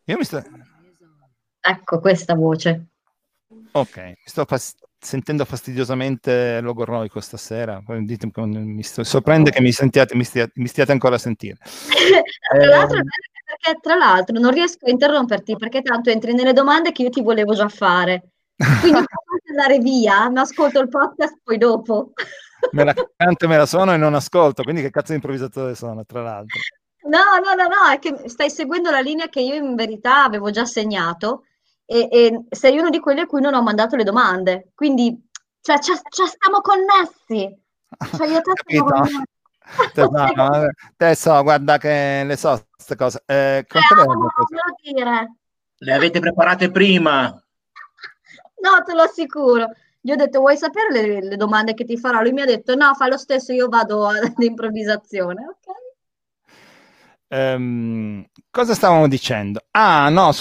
Io mi sto... Ecco questa voce. Ok, mi sto sentendo fastidiosamente logorroico stasera. Mi sorprende che mi stiate ancora a sentire. Tra l'altro non riesco a interromperti perché tanto entri nelle domande che io ti volevo già fare. Quindi posso andare via, mi ascolto il podcast poi dopo. Me la canto e me la suono e non ascolto, quindi che cazzo di improvvisatore sono, tra l'altro? No, è che stai seguendo la linea che io in verità avevo già segnato e sei uno di quelli a cui non ho mandato le domande. Quindi, cioè, stiamo connessi. Cioè, io e te siamo Capito? connessi. Te so, guarda che le so queste cose. Quante le Amo, avevo non prese? me lo dire. Le avete preparate prima? No, te lo assicuro. Gli ho detto, vuoi sapere le domande che ti farò? Lui mi ha detto, no, fa lo stesso, io vado all'improvvisazione. Ok. Cosa stavamo dicendo? Ah, no,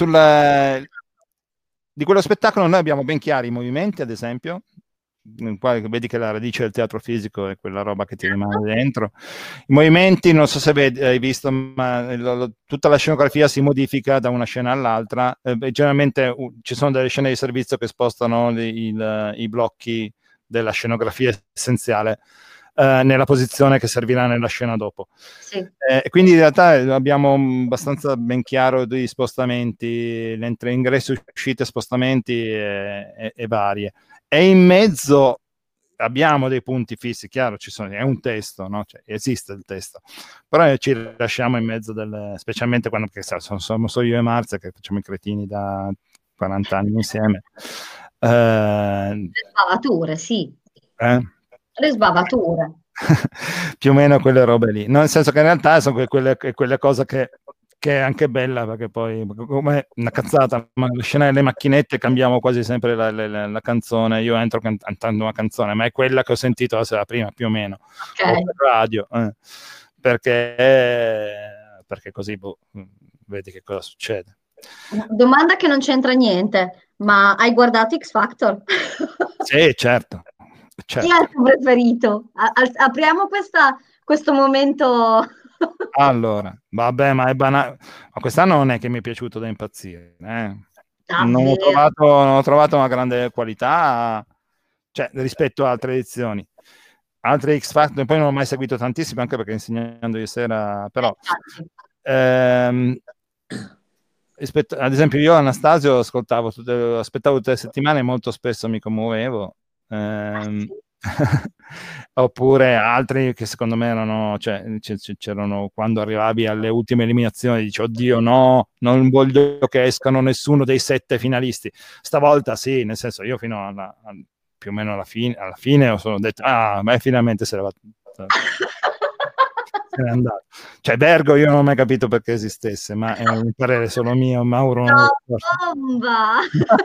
di quello spettacolo noi abbiamo ben chiari i movimenti, ad esempio. Qua vedi che la radice del teatro fisico è quella roba che ti rimane dentro. I movimenti, non so se hai visto, ma tutta la scenografia si modifica da una scena all'altra. Generalmente ci sono delle scene di servizio che spostano i blocchi della scenografia essenziale nella posizione che servirà nella scena dopo. Sì. Quindi in realtà abbiamo abbastanza ben chiaro degli spostamenti, ingressi, uscite, spostamenti e varie. E in mezzo abbiamo dei punti fissi, chiaro, è un testo, no? Cioè, esiste il testo, però ci lasciamo in mezzo specialmente quando sono solo io e Marzia che facciamo i cretini da 40 anni insieme. Le sbavature, sì. Le sbavature. Più o meno quelle robe lì, no, nel senso che in realtà sono quelle cose che è anche bella, perché poi come una cazzata, ma la scena delle macchinette cambiamo quasi sempre la canzone, io entro cantando una canzone, ma è quella che ho sentito la sera prima, più o meno, Okay. o per radio, perché così vedi che cosa succede. Domanda che non c'entra niente, ma hai guardato X Factor? Sì, certo. Chi è il tuo preferito? Apriamo questo momento. Allora, vabbè, ma è banale. Ma quest'anno non è che mi è piaciuto da impazzire. Non ho trovato una grande qualità, cioè, rispetto a altre edizioni. Altre X Factor, poi non ho mai seguito tantissimo, anche perché insegnando ieri sera, però... ad esempio io Anastasio aspettavo tutte le settimane e molto spesso mi commuovevo. Oppure altri che secondo me erano, cioè, c'erano quando arrivavi alle ultime eliminazioni, dici oddio no, non voglio che escano nessuno dei 7 finalisti. Stavolta sì, nel senso io fino più o meno alla fine ho solo detto ma finalmente se n'è andato. Cioè Bergo io non ho mai capito perché esistesse, ma è un parere solo mio. Mauro No, bomba!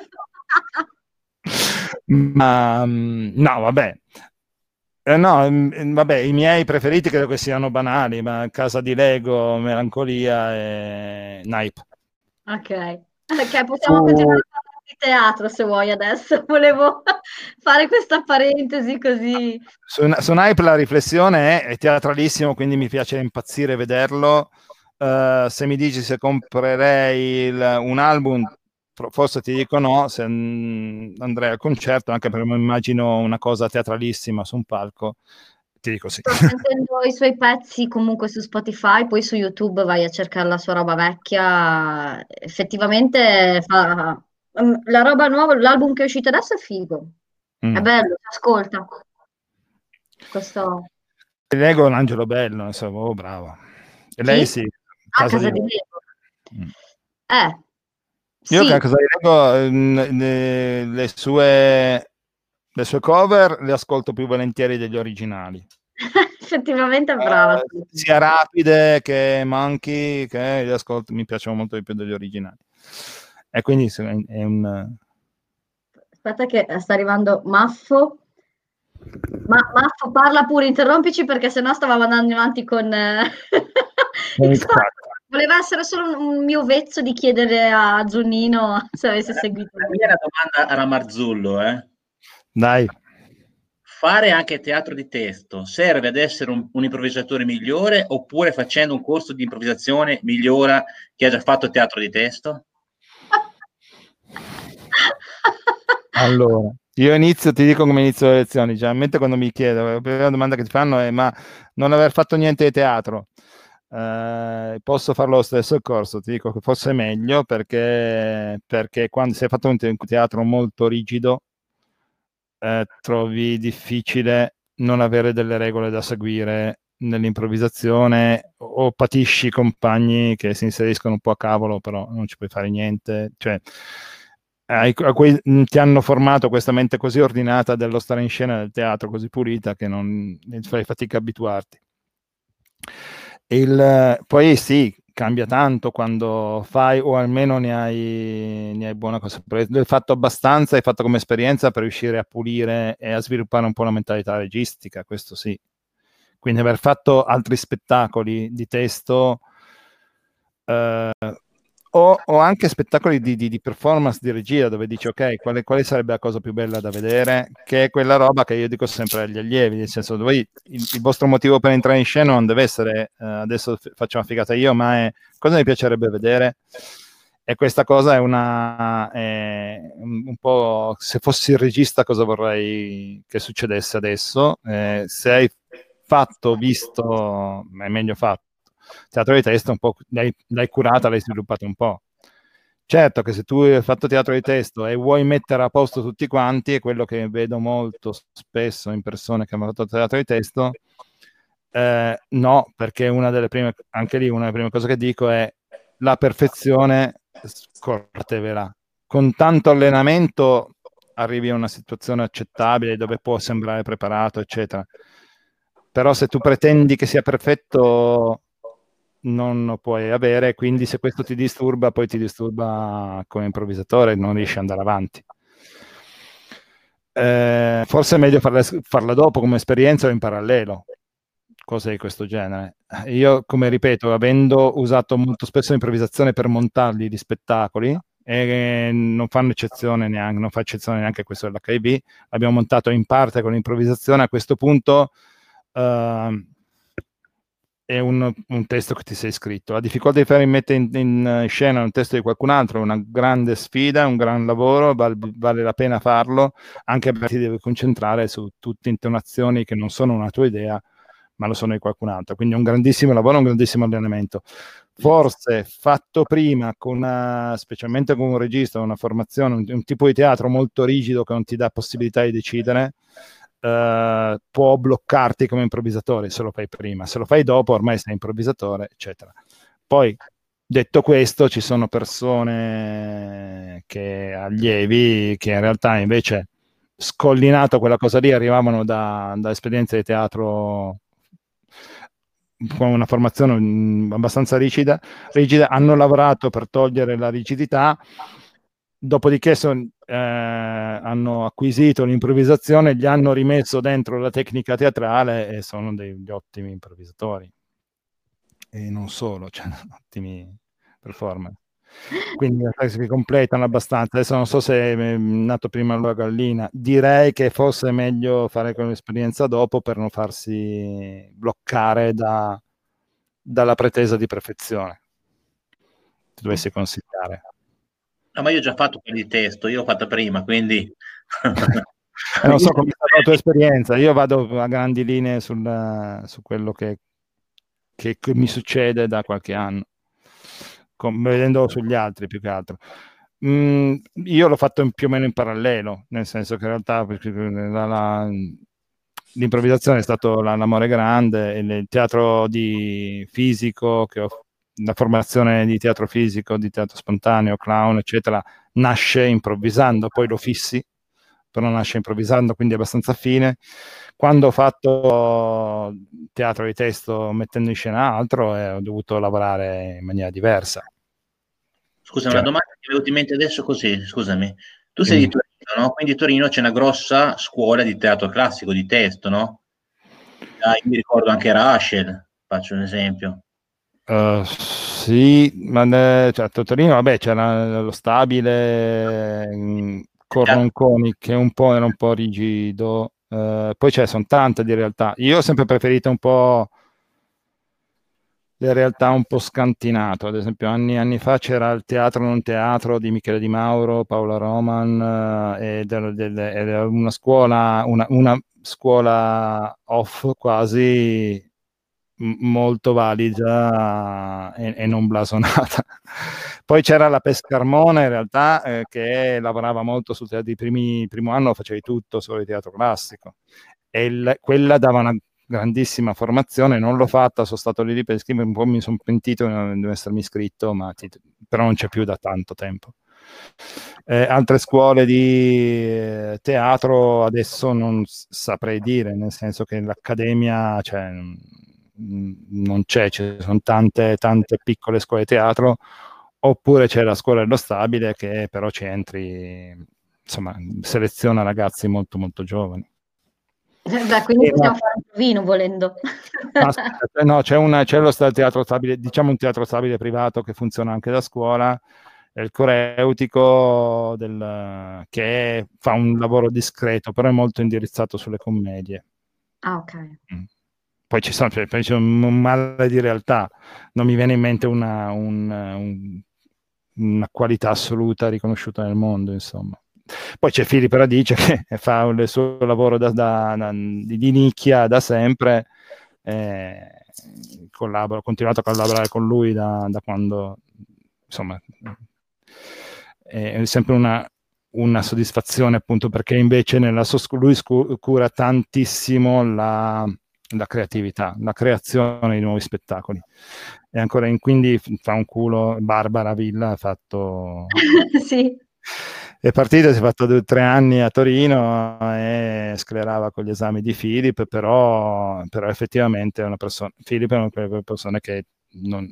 Ma no, vabbè. No, vabbè, i miei preferiti credo che siano banali, ma Casa di Lego, Melancolia e Nipe. Ok, possiamo continuare a parlare di teatro se vuoi adesso. Volevo fare questa parentesi così. Su Nipe la riflessione è teatralissimo, quindi mi piace impazzire vederlo. Se mi dici se comprerei un album, forse ti dico no, se andrei al concerto, anche perché mi immagino una cosa teatralissima su un palco, ti dico sì. Sto sentendo i suoi pezzi comunque su Spotify, poi su YouTube vai a cercare la sua roba vecchia. Effettivamente la roba nuova, l'album che è uscito adesso è figo. È bello, si ascolta. Questo... Lego è un angelo bello, insomma, oh, bravo. E lei sì. Casa di Lego. Io Sì. che a Casa di Lego le sue cover le ascolto più volentieri degli originali. Effettivamente è brava. Sia rapide che Monkey, che li ascolto, mi piacciono molto di più degli originali. E quindi è un... Aspetta che sta arrivando Maffo. Maffo, parla pure, interrompici perché sennò stavamo andando avanti con... Voleva essere solo un mio vezzo di chiedere a Giannino se avesse seguito. La mia è una domanda a Ramarzullo, Dai. Fare anche teatro di testo serve ad essere un improvvisatore migliore oppure facendo un corso di improvvisazione migliora chi ha già fatto teatro di testo? Allora, io ti dico come inizio le lezioni. Generalmente quando mi chiedo, la prima domanda che ti fanno è: ma non aver fatto niente di teatro, posso farlo lo stesso il corso? Ti dico che forse è meglio perché quando si è fatto un teatro molto rigido, trovi difficile non avere delle regole da seguire nell'improvvisazione, o patisci i compagni che si inseriscono un po' a cavolo, però non ci puoi fare niente. Cioè, ti hanno formato questa mente così ordinata dello stare in scena del teatro, così pulita, che non fai fatica a abituarti. Poi sì, cambia tanto quando fai, o almeno ne hai buona consapevolezza. L'hai fatto abbastanza, hai fatto come esperienza per riuscire a pulire e a sviluppare un po' la mentalità registica, questo sì. Quindi aver fatto altri spettacoli di testo, o anche spettacoli di performance, di regia, dove dici ok, quale sarebbe la cosa più bella da vedere, che è quella roba che io dico sempre agli allievi, nel senso, voi, il vostro motivo per entrare in scena non deve essere adesso faccio una figata io, ma è cosa mi piacerebbe vedere. E questa cosa è un po' se fossi il regista cosa vorrei che succedesse adesso. Se hai visto, è meglio fatto. Teatro di testo un po' l'hai curata, l'hai sviluppata un po'. Certo che se tu hai fatto teatro di testo e vuoi mettere a posto tutti quanti, è quello che vedo molto spesso in persone che hanno fatto teatro di testo, no, perché anche lì una delle prime cose che dico è: la perfezione scordatevela. Con tanto allenamento arrivi a una situazione accettabile dove può sembrare preparato, eccetera. Però se tu pretendi che sia perfetto, non lo puoi avere, quindi se questo ti disturba, poi ti disturba come improvvisatore, non riesci ad andare avanti. Forse è meglio farla dopo come esperienza o in parallelo, cose di questo genere. Io, come ripeto, avendo usato molto spesso l'improvvisazione per montarli gli spettacoli, e non fa eccezione neanche questo dell'HIV, abbiamo montato in parte con l'improvvisazione. A questo punto è un testo che ti sei scritto. La difficoltà di fare mettere in scena un testo di qualcun altro è una grande sfida, un gran lavoro, vale la pena farlo, anche perché ti devi concentrare su tutte intonazioni che non sono una tua idea, ma lo sono di qualcun altro. Quindi è un grandissimo lavoro, un grandissimo allenamento. Forse fatto prima, specialmente con un regista, una formazione, un tipo di teatro molto rigido che non ti dà possibilità di decidere, può bloccarti come improvvisatore se lo fai prima. Se lo fai dopo ormai sei improvvisatore, eccetera. Poi, detto questo, ci sono persone allievi che in realtà invece, scollinato quella cosa lì, arrivavano da esperienze di teatro con una formazione abbastanza rigida, hanno lavorato per togliere la rigidità, dopodiché hanno acquisito l'improvvisazione, gli hanno rimesso dentro la tecnica teatrale e sono degli ottimi improvvisatori. E non solo, cioè ottimi performer. Quindi si completano abbastanza. Adesso non so se è nato prima la gallina, direi che forse è meglio fare quell'esperienza dopo per non farsi bloccare dalla pretesa di perfezione, se dovessi consigliare. No, ma io ho già fatto quelli di testo, io ho fatto prima, quindi... Non so come è stata la tua esperienza, io vado a grandi linee su quello che mi succede da qualche anno, vedendo sugli altri più che altro. Io l'ho fatto più o meno in parallelo, nel senso che in realtà l'improvvisazione è stato l'amore grande, e il teatro di fisico, la formazione di teatro fisico, di teatro spontaneo, clown, eccetera, nasce improvvisando, poi lo fissi, però nasce improvvisando, quindi è abbastanza affine. Quando ho fatto teatro di testo mettendo in scena altro, ho dovuto lavorare in maniera diversa. Scusa, una domanda che mi è venuta in mente adesso così, scusami. Tu sei di Torino, no? Quindi a Torino c'è una grossa scuola di teatro classico, di testo, no? Io mi ricordo anche Rachel, faccio un esempio. Sì, ma a Torino, vabbè, c'era lo Stabile, Corronconi, che era un po' rigido, poi sono tante di realtà. Io ho sempre preferito un po' le realtà un po' scantinato. Ad esempio, anni fa c'era il Teatro Non Teatro di Michele Di Mauro, Paola Roman, era una scuola, una scuola off quasi molto valida e non blasonata. Poi c'era la Pescarmona, in realtà, che lavorava molto sul teatro di primo anno, facevi tutto solo di teatro classico. E quella dava una grandissima formazione, non l'ho fatta, sono stato lì per iscrivermi, un po' mi sono pentito di essermi iscritto, però non c'è più da tanto tempo. Altre scuole di teatro adesso non saprei dire, nel senso che l'accademia, cioè, non c'è, ci sono tante piccole scuole di teatro, oppure c'è la scuola dello stabile che però ci entri, insomma, seleziona ragazzi molto molto giovani. Beh, quindi possiamo fare un provino volendo. Aspetta, no, c'è lo teatro stabile, diciamo un teatro stabile privato che funziona anche da scuola, è il Coreutico, che fa un lavoro discreto, però è molto indirizzato sulle commedie. Ah, ok. Poi c'è un mare di realtà, non mi viene in mente una qualità assoluta riconosciuta nel mondo, insomma. Poi c'è Filippo Radice che fa il suo lavoro di nicchia da sempre, ho continuato a collaborare con lui da quando, insomma, è sempre una soddisfazione, appunto, perché invece lui cura tantissimo la creatività, la creazione di nuovi spettacoli. E ancora quindi fa un culo. Barbara Villa ha fatto... Sì. È partita, si è fatto 2 o 3 anni a Torino e sclerava con gli esami di Philip, però effettivamente è una persona, Philip è una di quelle persone che non...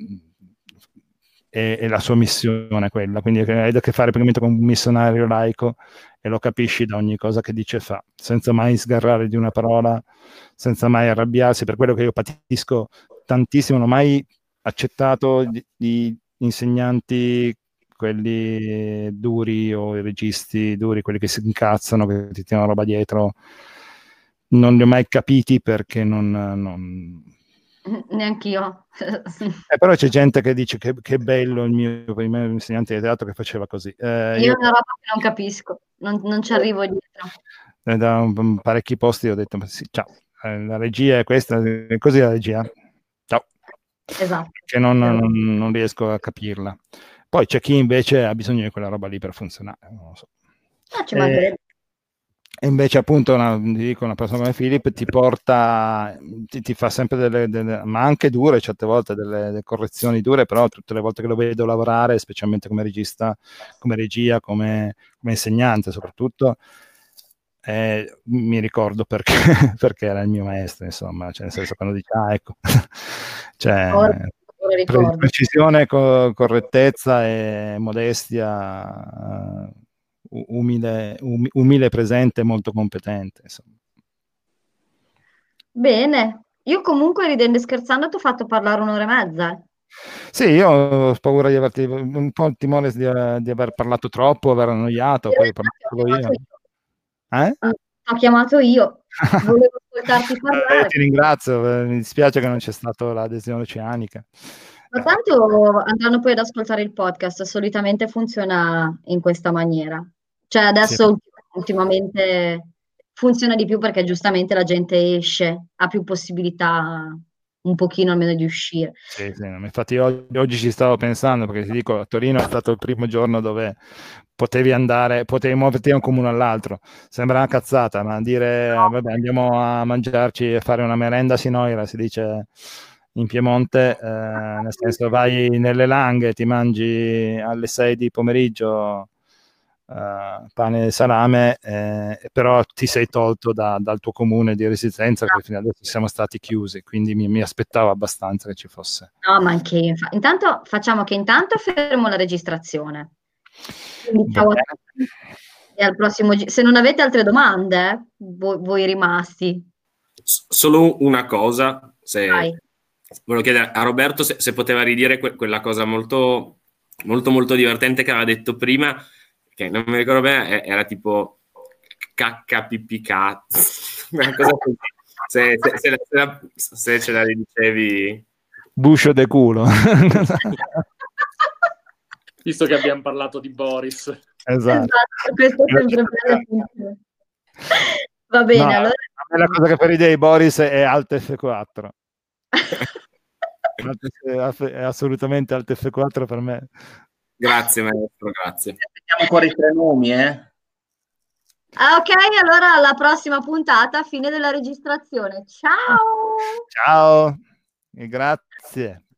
è la sua missione quella, quindi hai a che fare praticamente con un missionario laico e lo capisci da ogni cosa che dice e fa, senza mai sgarrare di una parola, senza mai arrabbiarsi. Per quello che io patisco tantissimo, non ho mai accettato di insegnanti, quelli duri, o i registi duri, quelli che si incazzano, che ti tirano roba dietro. Non li ho mai capiti, perché non... Neanch'io. Però c'è gente che dice che bello il mio insegnante di teatro che faceva così. Io è una roba che non capisco, non ci arrivo dietro. Da parecchi posti ho detto, sì, ciao, la regia è questa, è così la regia. Ciao. Esatto. Che non riesco a capirla. Poi c'è chi invece ha bisogno di quella roba lì per funzionare, non lo so. Ci mancherebbe. E invece, appunto, una persona come Philip ti porta, ti fa sempre ma anche dure, certe volte delle correzioni dure, però tutte le volte che lo vedo lavorare, specialmente come regista, come regia, come insegnante soprattutto, mi ricordo perché, perché era il mio maestro, insomma, cioè, nel senso, quando dice, ecco, cioè, precisione, correttezza e modestia, umile, presente, molto competente, insomma. Bene, io comunque, ridendo e scherzando, ti ho fatto parlare 1 ora e mezza. Sì, io ho paura di averti un po' il timore di aver parlato troppo, aver annoiato, poi ho parlato solo io. Ho chiamato io, volevo ascoltarti parlare. Ti ringrazio, mi dispiace che non c'è stata l'adesione oceanica. Ma tanto andranno poi ad ascoltare il podcast, solitamente funziona in questa maniera. Cioè adesso ultimamente funziona di più perché giustamente la gente esce, ha più possibilità un pochino almeno di uscire. Sì, infatti oggi ci stavo pensando, perché ti dico, a Torino è stato il primo giorno dove potevi muoverti da un comune all'altro. Sembra una cazzata, ma dire vabbè, andiamo a mangiarci e fare una merenda sinoira, si dice in Piemonte, nel senso, vai nelle Langhe, ti mangi alle 6 di pomeriggio pane e salame, però ti sei tolto dal tuo comune di residenza, perché fino adesso siamo stati chiusi, quindi mi aspettavo abbastanza che ci fosse. No, ma anche io. Intanto facciamo che fermo la registrazione. Quindi, ciao a tutti e al prossimo se non avete altre domande, voi rimasti. Solo una cosa, Vai. volevo chiedere a Roberto se poteva ridire quella cosa molto, molto, molto divertente che aveva detto prima, che non mi ricordo bene, era tipo cacca pipì cazzo, una cosa così. Se ce la ridicevi. Buscio de culo. Visto che abbiamo parlato di Boris. Esatto. Questo è sempre bello. Va bene, No, allora... a me la cosa che fa ridere di Boris è Alt F4. È assolutamente Alt F4 per me. Grazie maestro, grazie. Aspettiamo ancora i 3 nomi, Ok, allora alla prossima puntata, fine della registrazione. Ciao! Ciao e grazie.